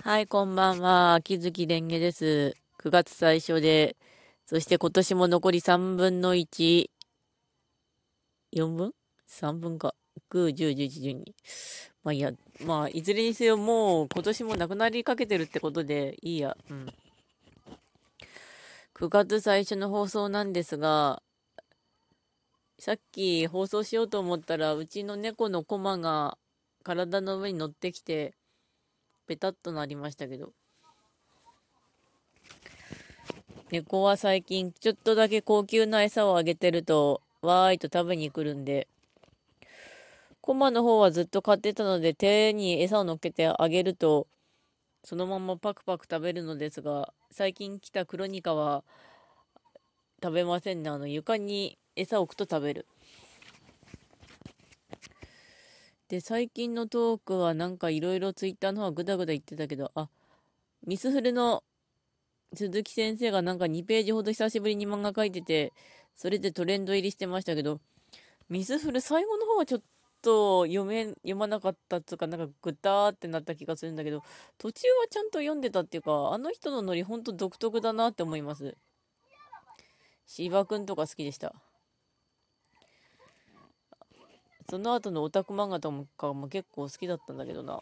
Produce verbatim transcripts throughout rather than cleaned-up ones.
はい、こんばんは。秋月蓮華です。くがつ最初で、そして今年も残りさんぶんのいち、よんぶん ?さん 分か。く、じゅう、じゅういち、じゅうに。まあいいや、まあ、いずれにせよもう今年もなくなりかけてるってことでいいや。うん。くがつ最初の放送なんですが、さっき放送しようと思ったら、うちの猫のコマが体の上に乗ってきて、ペタッとなりましたけど、猫は最近ちょっとだけ高級な餌をあげてると、わーいと食べに来るんで、コマの方はずっと飼ってたので手に餌を乗っけてあげると、そのままパクパク食べるのですが、最近来たクロニカは食べませんね。あの床に餌を置くと食べる。で、最近のトークはなんかいろいろツイッターの方はぐだぐだ言ってたけど、あ、ミスフルの鈴木先生がなんかにページほど久しぶりに漫画描いてて、それでトレンド入りしてましたけど、ミスフル最後の方はちょっと読め、読まなかったっつうか、なんかぐたーってなった気がするんだけど、途中はちゃんと読んでたっていうか、あの人のノリほんと独特だなって思います。芝くんとか好きでした。その後のオタク漫画とかも結構好きだったんだけどな。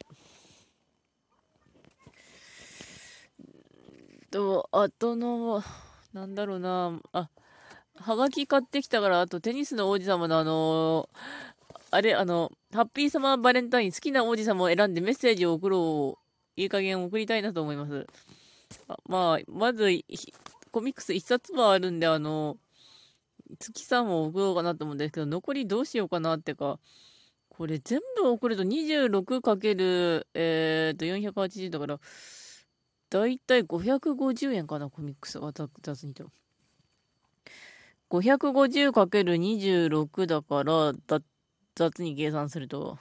と、あとの、なんだろうな、あ、はがき買ってきたから、あとテニスの王子様のあのあれ、あの、ハッピーサマーバレンタイン、好きな王子様を選んでメッセージを送ろう。いい加減送りたいなと思います。あまあ、まず、コミックス一冊はあるんで、あの、月さんを送ろうかなと思うんですけど、残りどうしようかなってか、これ全部送ると にじゅうろくかける、えーと、よんひゃくはちじゅうだから、だいたいごひゃくごじゅうえんかな、コミックスは雑に言ったら。ごひゃくごじゅうかけるにじゅうろくだから、だ雑に計算すると、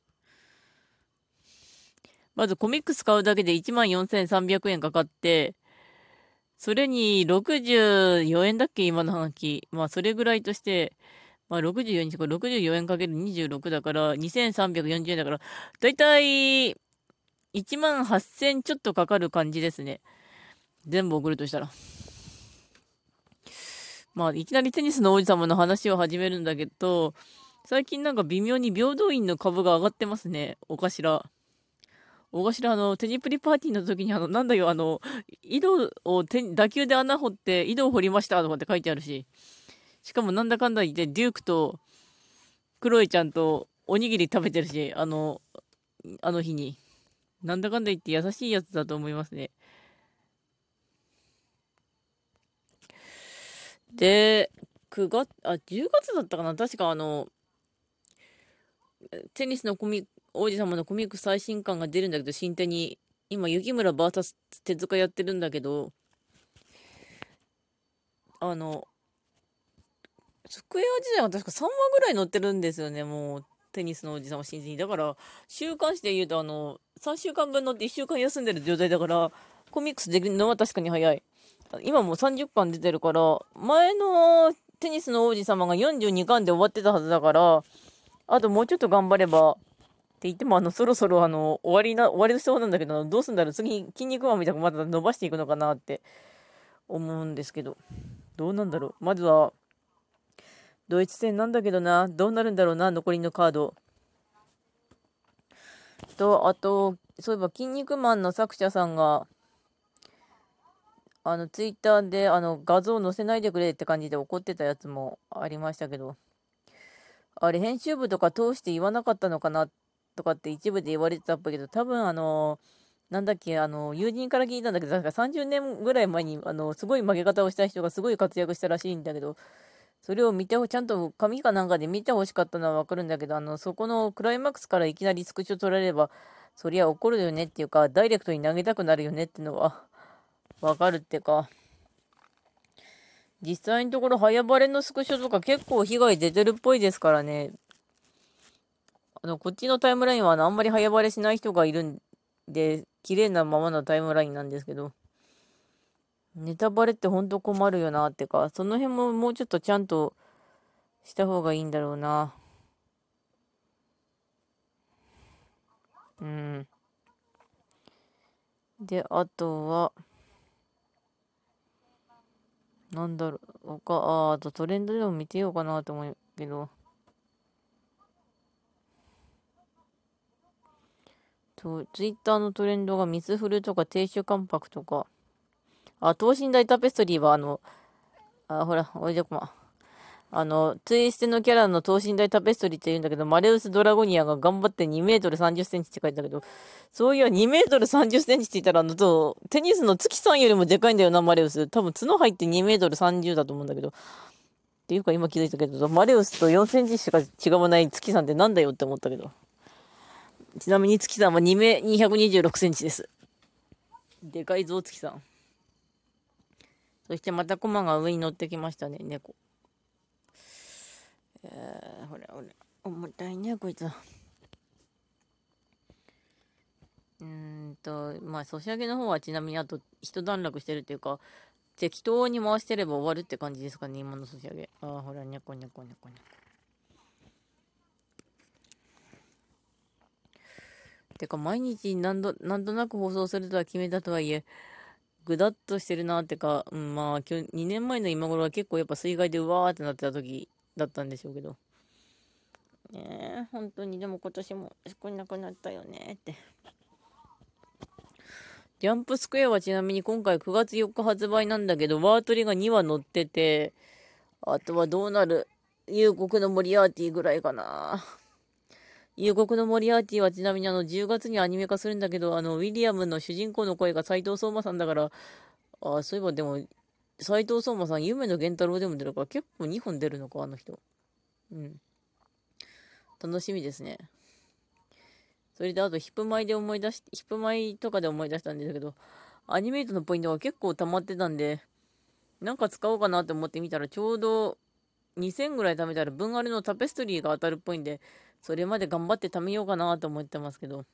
まずコミックス買うだけでいちまんよんせんさんびゃくえんかかって、それにろくじゅうよえんだっけ今のハガキ。まあ、それぐらいとして、まあ、ろくじゅうよえんにろくじゅうよえんかけるにじゅうろくだから、にせんさんびゃくよんじゅうえんだから、だいたいいちまんはっせんちょっとかかる感じですね。全部送るとしたら。まあ、いきなりテニスの王子様の話を始めるんだけど、最近なんか微妙に平等院の株が上がってますね。お頭。大頭、あの、テニプリパーティーの時に、あの、なんだよ、あの、井戸を手打球で穴掘って、井戸を掘りましたとかって書いてあるし、しかもなんだかんだ言って、デュークとクロエちゃんとおにぎり食べてるし、あの、あの日に。なんだかんだ言って優しいやつだと思いますね。で、くがつ、あ、じゅうがつだったかな確かあの、テニスのコミ、王子様のコミック最新刊が出るんだけど、新手に、今、雪村 ブイエス 手塚やってるんだけど、あの、スクエア時代は確かさんわぐらい載ってるんですよね、もう。テニスのおじさんは新人に。だから、週刊誌で言うと、あの、さんしゅうかんぶん載っていっしゅうかん休んでる状態だから、コミックスできるのは確かに早い。今もうさんじゅっかん出てるから、前のテニスの王子様がよんじゅうにかんで終わってたはずだから、あともうちょっと頑張れば、って言っても、あの、そろそろ、あの、終わりな、終わりのそうなんだけど、どうすんだろう、次、筋肉マンみたいなまだ伸ばしていくのかなって思うんですけど、どうなんだろう。まずは、ドイツ戦なんだけどな、どうなるんだろうな、残りのカード。と、あと、そういえば、筋肉マンの作者さんが、あの、ツイッターで、あの、画像載せないでくれって感じで怒ってたやつもありましたけど、あれ、編集部とか通して言わなかったのかな、とかって一部で言われてたっぽいけど、多分、あの、なんだっけ、あの、友人から聞いたんだけど、なんかさんじゅうねんぐらい前に、あの、すごい曲げ方をした人がすごい活躍したらしいんだけど、それを見てほ、ちゃんと紙かなんかで見てほしかったのはわかるんだけど、あの、そこのクライマックスからいきなりスクショ取られれば、そりゃ怒るよねっていうか、ダイレクトに投げたくなるよねっていうのはわかるっていうか、実際のところ早バレのスクショとか結構被害出てるっぽいですからね。あの、こっちのタイムラインはあのあんまり早バレしない人がいるんで、綺麗なままのタイムラインなんですけど、ネタバレってほんと困るよなってか、その辺ももうちょっとちゃんとした方がいいんだろうな。うん。 で、あとは、なんだろう、他、あ、あとトレンドでも見てようかなと思うけど、と、ツイッターのトレンドがミスフルとか亭主関白とか、あ、等身大タペストリーはあの、あ、ほら、おいでこま。あの、ツイステのキャラの等身大タペストリーって言うんだけど、マレウス・ドラゴニアが頑張ってにメートルさんじゅっセンチって書いてあるけど、そういやにメートルさんじゅっセンチって言ったら、あの、と、テニスの月さんよりもでかいんだよな、マレウス。多分角入ってにメートルさんじゅうだと思うんだけど。っていうか今気づいたけど、マレウスとよんセンチしか違わない月さんってなんだよって思ったけど。ちなみに月さんはにメ、にひゃくにじゅうろくセンチです。でかいぞ、月さん。そしてまたコマが上に乗ってきましたね、猫。えー、ほらほら。重たいね、こいつは。うーんと、まあ、ソシャゲの方はちなみにあと一段落してるっていうか、適当に回してれば終わるって感じですかね、今のソシャゲ。ああ、ほら、にゃこにゃこにゃこにゃこ。てか、毎日何度、なんとなく放送するとは決めたとはいえ、ぐだっとしてるなってか、うん、まあ、今日、にねんまえの今頃は結構やっぱ水害でうわーってなってた時だったんでしょうけど。ねえ、本当にでも今年も少なくなったよねって。ジャンプスクエアはちなみに今回くがつよっか発売なんだけど、ワートリがにわ載ってて、あとはどうなる夕刻のモリアーティぐらいかな。夕刻のモリアーティはちなみにあのじゅうがつにアニメ化するんだけど、あの、ウィリアムの主人公の声が斎藤聡馬さんだから、あ、そういえばでも、斎藤聡馬さん、夢の源太郎でも出るから結構にほん出るのか、あの人。うん。楽しみですね。それであとヒップマイで思い出し、ヒップマイとかで思い出したんですけど、アニメイトのポイントが結構溜まってたんで、なんか使おうかなと思ってみたら、ちょうどにせんぐらい貯めたら、分あれのタペストリーが当たるっぽいんで、それまで頑張って貯めようかなと思ってますけど、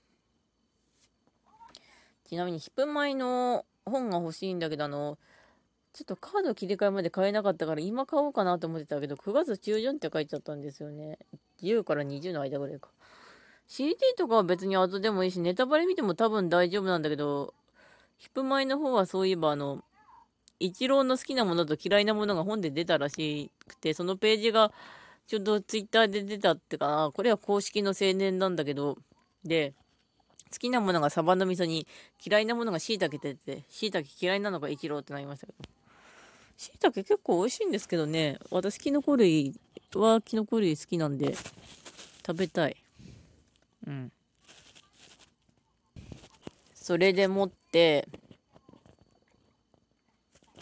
ちなみにヒップマイの本が欲しいんだけど、あの、ちょっとカード切り替えまで買えなかったから、今買おうかなと思ってたけど、くがつ中旬って書いちゃったんですよね。じゅうからにじゅうの間ぐらいか。シーディー とかは別に後でもいいし、ネタバレ見ても多分大丈夫なんだけど、ヒップマイの方はそういえば、あの、一郎の好きなものと嫌いなものが本で出たらしくて、そのページがちょっとツイッターで出たってかな、これは公式の青年なんだけど、で、好きなものがサバの味噌に、嫌いなものが椎茸って言って、椎茸嫌いなのが一郎ってなりましたけど。椎茸結構美味しいんですけどね、私キノコ類はキノコ類好きなんで、食べたい。うん。それでもって、